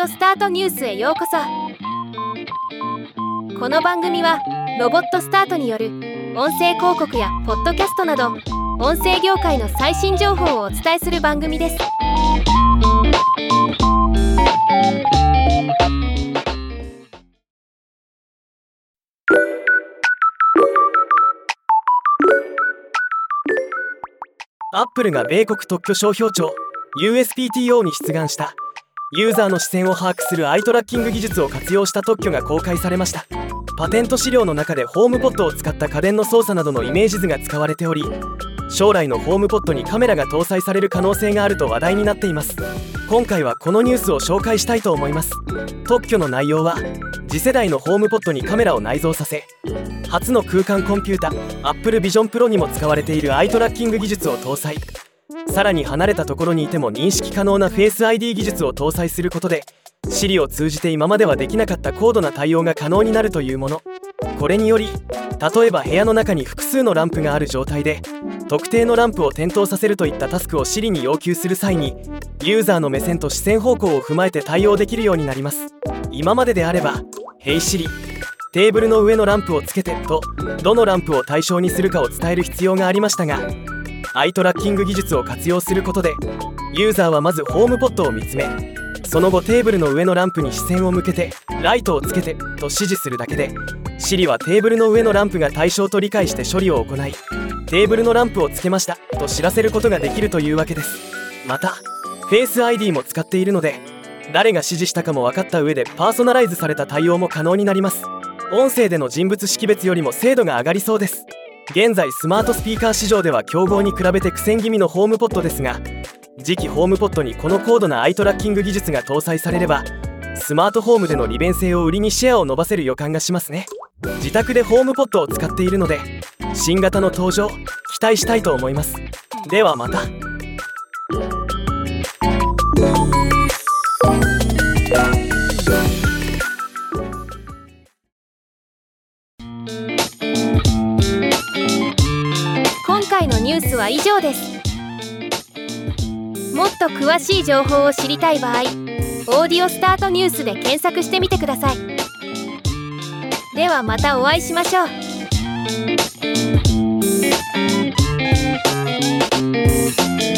オスタートニュースへようこそ。この番組はロボットスタートによる音声広告やポッドキャストなど音声業界の最新情報をお伝えする番組です。 アップルが米国特許商標庁 USPTO に出願したユーザーの視線を把握するアイトラッキング技術を活用した特許が公開されました。パテント資料の中でホームポットを使った家電の操作などのイメージ図が使われており、将来のホームポットにカメラが搭載される可能性があると話題になっています。今回はこのニュースを紹介したいと思います。特許の内容は次世代のホームポットにカメラを内蔵させ、初の空間コンピュータ Apple Vision Pro にも使われているアイトラッキング技術を搭載、さらに離れたところにいても認識可能な Face ID 技術を搭載することで Siri を通じて今まではできなかった高度な対応が可能になるというもの。これにより例えば部屋の中に複数のランプがある状態で特定のランプを点灯させるといったタスクを Siri に要求する際にユーザーの目線と視線方向を踏まえて対応できるようになります。今までであれば Hey Siri、テーブルの上のランプをつけてとどのランプを対象にするかを伝える必要がありましたが、アイトラッキング技術を活用することでユーザーはまずホームポットを見つめ、その後テーブルの上のランプに視線を向けてライトをつけてと指示するだけで Siri はテーブルの上のランプが対象と理解して処理を行い、テーブルのランプをつけましたと知らせることができるというわけです。また Face ID も使っているので誰が指示したかも分かった上でパーソナライズされた対応も可能になります。音声での人物識別よりも精度が上がりそうです。現在スマートスピーカー市場では競合に比べて苦戦気味のホームポットですが、次期ホームポットにこの高度なアイトラッキング技術が搭載されればスマートホームでの利便性を売りにシェアを伸ばせる予感がしますね。自宅でホームポットを使っているので新型の登場期待したいと思います。ではまた。 今回のニュースは以上です。もっと詳しい情報を知りたい場合、オーディオスタートニュースで検索してみてください。ではまたお会いしましょう。